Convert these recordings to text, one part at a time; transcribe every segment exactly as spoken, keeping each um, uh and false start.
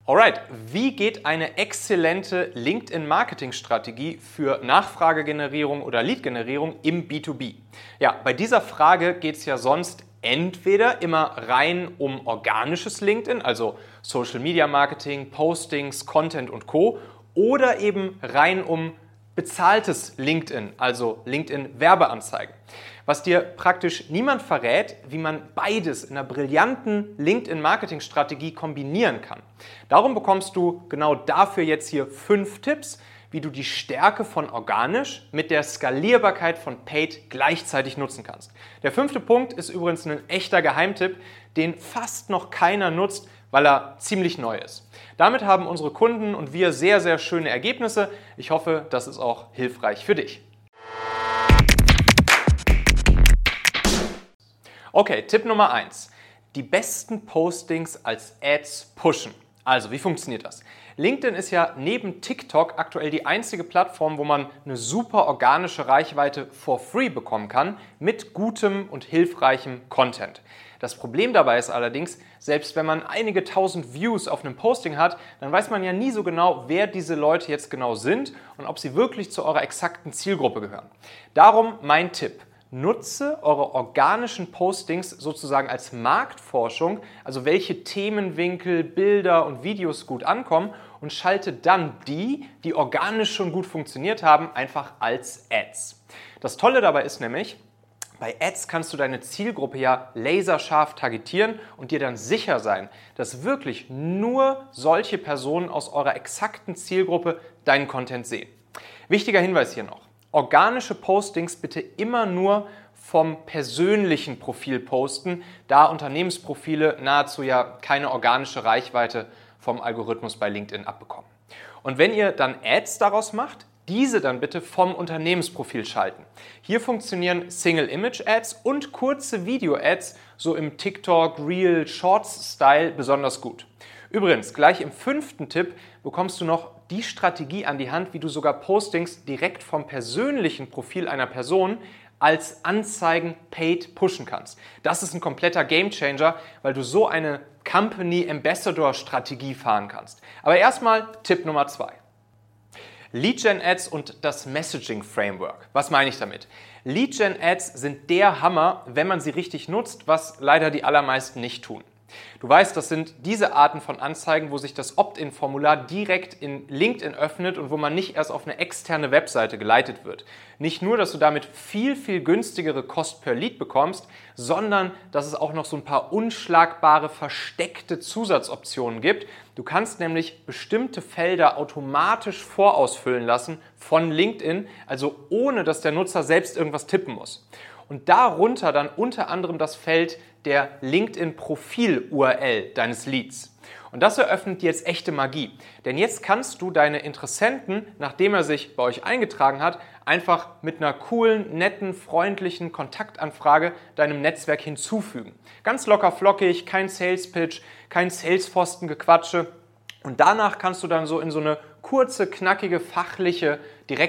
Alright, wie geht eine exzellente LinkedIn-Marketing-Strategie für Nachfragegenerierung oder Lead-Generierung im B zwei B? Ja, bei dieser Frage geht es ja sonst entweder immer rein um organisches LinkedIn, also Social-Media-Marketing, Postings, Content und Co. oder eben rein um bezahltes LinkedIn, also LinkedIn-Werbeanzeigen. Was dir praktisch niemand verrät, wie man beides in einer brillanten LinkedIn-Marketing-Strategie kombinieren kann. Darum bekommst du genau dafür jetzt hier fünf Tipps, wie du die Stärke von organisch mit der Skalierbarkeit von Paid gleichzeitig nutzen kannst. Der fünfte Punkt ist übrigens ein echter Geheimtipp, den fast noch keiner nutzt, weil er ziemlich neu ist. Damit haben unsere Kunden und wir sehr, sehr schöne Ergebnisse. Ich hoffe, das ist auch hilfreich für dich. Okay, Tipp Nummer eins. Die besten Postings als Ads pushen. Also, wie funktioniert das? LinkedIn ist ja neben TikTok aktuell die einzige Plattform, wo man eine super organische Reichweite for free bekommen kann mit gutem und hilfreichem Content. Das Problem dabei ist allerdings, selbst wenn man einige tausend Views auf einem Posting hat, dann weiß man ja nie so genau, wer diese Leute jetzt genau sind und ob sie wirklich zu eurer exakten Zielgruppe gehören. Darum mein Tipp. Nutze eure organischen Postings sozusagen als Marktforschung, also welche Themenwinkel, Bilder und Videos gut ankommen und schalte dann die, die organisch schon gut funktioniert haben, einfach als Ads. Das Tolle dabei ist nämlich, bei Ads kannst du deine Zielgruppe ja laserscharf targetieren und dir dann sicher sein, dass wirklich nur solche Personen aus eurer exakten Zielgruppe deinen Content sehen. Wichtiger Hinweis hier noch. Organische Postings bitte immer nur vom persönlichen Profil posten, da Unternehmensprofile nahezu ja keine organische Reichweite vom Algorithmus bei LinkedIn abbekommen. Und wenn ihr dann Ads daraus macht, diese dann bitte vom Unternehmensprofil schalten. Hier funktionieren Single-Image-Ads und kurze Video-Ads so im TikTok, Reel, Shorts-Style besonders gut. Übrigens, gleich im fünften Tipp bekommst du noch die Strategie an die Hand, wie du sogar Postings direkt vom persönlichen Profil einer Person als Anzeigen paid pushen kannst. Das ist ein kompletter Gamechanger, weil du so eine Company Ambassador Strategie fahren kannst. Aber erstmal Tipp Nummer zwei. Lead-Gen-Ads und das Messaging-Framework. Was meine ich damit? Lead-Gen-Ads sind der Hammer, wenn man sie richtig nutzt, was leider die allermeisten nicht tun. Du weißt, das sind diese Arten von Anzeigen, wo sich das Opt-in-Formular direkt in LinkedIn öffnet und wo man nicht erst auf eine externe Webseite geleitet wird. Nicht nur, dass du damit viel, viel günstigere Cost per Lead bekommst, sondern dass es auch noch so ein paar unschlagbare, versteckte Zusatzoptionen gibt. Du kannst nämlich bestimmte Felder automatisch vorausfüllen lassen von LinkedIn, also ohne, dass der Nutzer selbst irgendwas tippen muss. Und darunter dann unter anderem das Feld der LinkedIn-Profil-U R L deines Leads. Und das eröffnet dir jetzt echte Magie. Denn jetzt kannst du deine Interessenten, nachdem er sich bei euch eingetragen hat, einfach mit einer coolen, netten, freundlichen Kontaktanfrage deinem Netzwerk hinzufügen. Ganz locker flockig, kein Sales-Pitch, kein Salesforsten-Gequatsche. Und danach kannst du dann so in so eine kurze, knackige, fachliche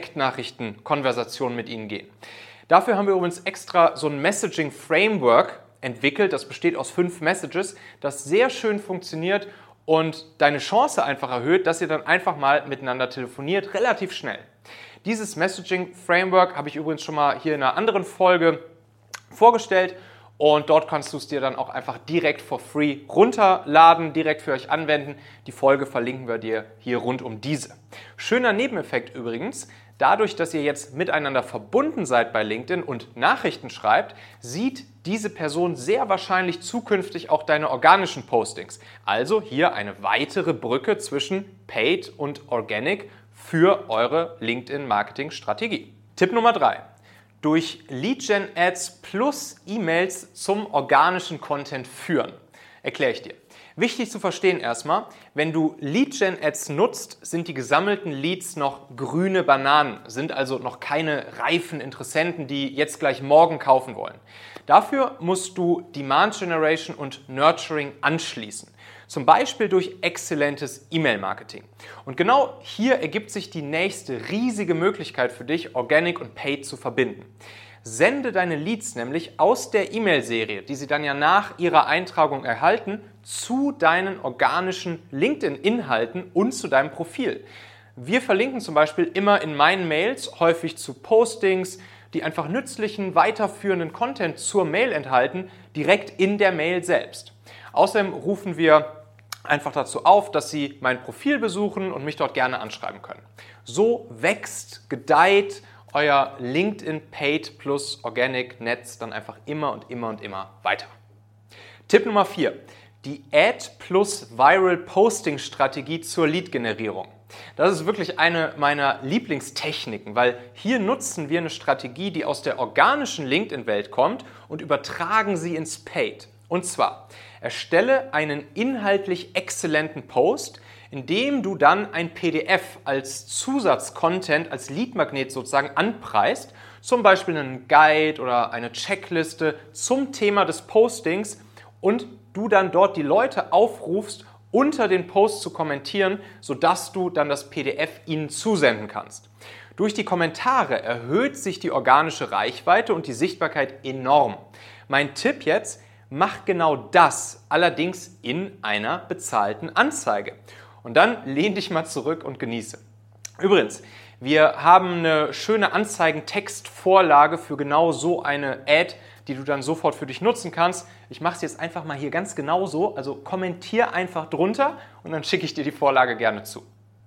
Direktnachrichten-Konversation mit ihnen gehen. Dafür haben wir übrigens extra so ein Messaging-Framework entwickelt. Das besteht aus fünf Messages, das sehr schön funktioniert und deine Chance einfach erhöht, dass ihr dann einfach mal miteinander telefoniert, relativ schnell. Dieses Messaging-Framework habe ich übrigens schon mal hier in einer anderen Folge vorgestellt und dort kannst du es dir dann auch einfach direkt for free runterladen, direkt für euch anwenden. Die Folge verlinken wir dir hier rund um diese. Schöner Nebeneffekt übrigens. Dadurch, dass ihr jetzt miteinander verbunden seid bei LinkedIn und Nachrichten schreibt, sieht diese Person sehr wahrscheinlich zukünftig auch deine organischen Postings. Also hier eine weitere Brücke zwischen Paid und Organic für eure LinkedIn-Marketing-Strategie. Tipp Nummer drei. Durch Lead-Gen-Ads plus E-Mails zum organischen Content führen. Erkläre ich dir. Wichtig zu verstehen erstmal, wenn du Lead-Gen-Ads nutzt, sind die gesammelten Leads noch grüne Bananen, sind also noch keine reifen Interessenten, die jetzt gleich morgen kaufen wollen. Dafür musst du Demand Generation und Nurturing anschließen. Zum Beispiel durch exzellentes E-Mail-Marketing. Und genau hier ergibt sich die nächste riesige Möglichkeit für dich, Organic und Paid zu verbinden. Sende deine Leads nämlich aus der E-Mail-Serie, die sie dann ja nach ihrer Eintragung erhalten, zu deinen organischen LinkedIn-Inhalten und zu deinem Profil. Wir verlinken zum Beispiel immer in meinen Mails häufig zu Postings, die einfach nützlichen, weiterführenden Content zur Mail enthalten, direkt in der Mail selbst. Außerdem rufen wir einfach dazu auf, dass Sie mein Profil besuchen und mich dort gerne anschreiben können. So wächst, gedeiht euer LinkedIn Paid plus Organic Netz dann einfach immer und immer und immer weiter. Tipp Nummer vier. Die Ad plus Viral Posting Strategie zur Lead-Generierung. Das ist wirklich eine meiner Lieblingstechniken, weil hier nutzen wir eine Strategie, die aus der organischen LinkedIn-Welt kommt und übertragen sie ins Paid. Und zwar, erstelle einen inhaltlich exzellenten Post, in dem du dann ein P D F als Zusatzcontent, als Leadmagnet sozusagen anpreist, zum Beispiel einen Guide oder eine Checkliste zum Thema des Postings und du dann dort die Leute aufrufst, unter den Post zu kommentieren, sodass du dann das P D F ihnen zusenden kannst. Durch die Kommentare erhöht sich die organische Reichweite und die Sichtbarkeit enorm. Mein Tipp jetzt, mach genau das, allerdings in einer bezahlten Anzeige. Und dann lehn dich mal zurück und genieße. Übrigens, wir haben eine schöne Anzeigentextvorlage für genau so eine Ad, die du dann sofort für dich nutzen kannst. Ich mache es jetzt einfach mal hier ganz genau so, also kommentier einfach drunter und dann schicke ich dir die Vorlage gerne zu.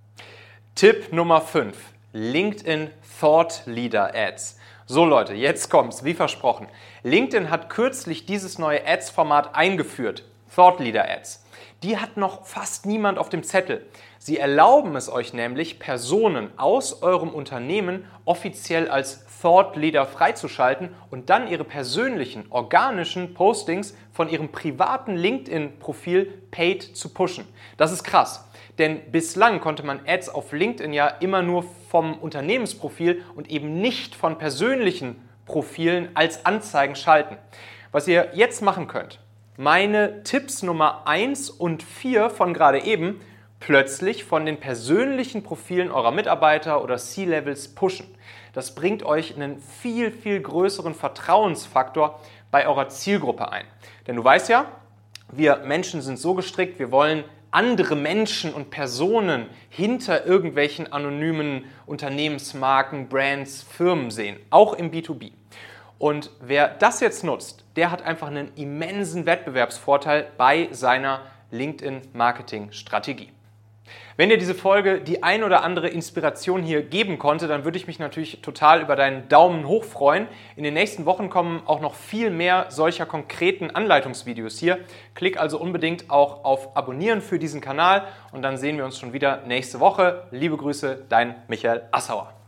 Tipp Nummer fünf, LinkedIn Thought Leader Ads. So Leute, jetzt kommt's, wie versprochen. LinkedIn hat kürzlich dieses neue Ads-Format eingeführt, Thought Leader Ads. Die hat noch fast niemand auf dem Zettel. Sie erlauben es euch nämlich, Personen aus eurem Unternehmen offiziell als Thought Leader freizuschalten und dann ihre persönlichen, organischen Postings von ihrem privaten LinkedIn-Profil paid zu pushen. Das ist krass, denn bislang konnte man Ads auf LinkedIn ja immer nur vom Unternehmensprofil und eben nicht von persönlichen Profilen als Anzeigen schalten. Was ihr jetzt machen könnt, meine Tipps Nummer eins und vier von gerade eben plötzlich von den persönlichen Profilen eurer Mitarbeiter oder C-Levels pushen. Das bringt euch einen viel, viel größeren Vertrauensfaktor bei eurer Zielgruppe ein. Denn du weißt ja, wir Menschen sind so gestrickt, wir wollen andere Menschen und Personen hinter irgendwelchen anonymen Unternehmensmarken, Brands, Firmen sehen, auch im B zwei B. Und wer das jetzt nutzt, der hat einfach einen immensen Wettbewerbsvorteil bei seiner LinkedIn-Marketing-Strategie. Wenn dir diese Folge die ein oder andere Inspiration hier geben konnte, dann würde ich mich natürlich total über deinen Daumen hoch freuen. In den nächsten Wochen kommen auch noch viel mehr solcher konkreten Anleitungsvideos hier. Klick also unbedingt auch auf Abonnieren für diesen Kanal und dann sehen wir uns schon wieder nächste Woche. Liebe Grüße, dein Michael Assauer.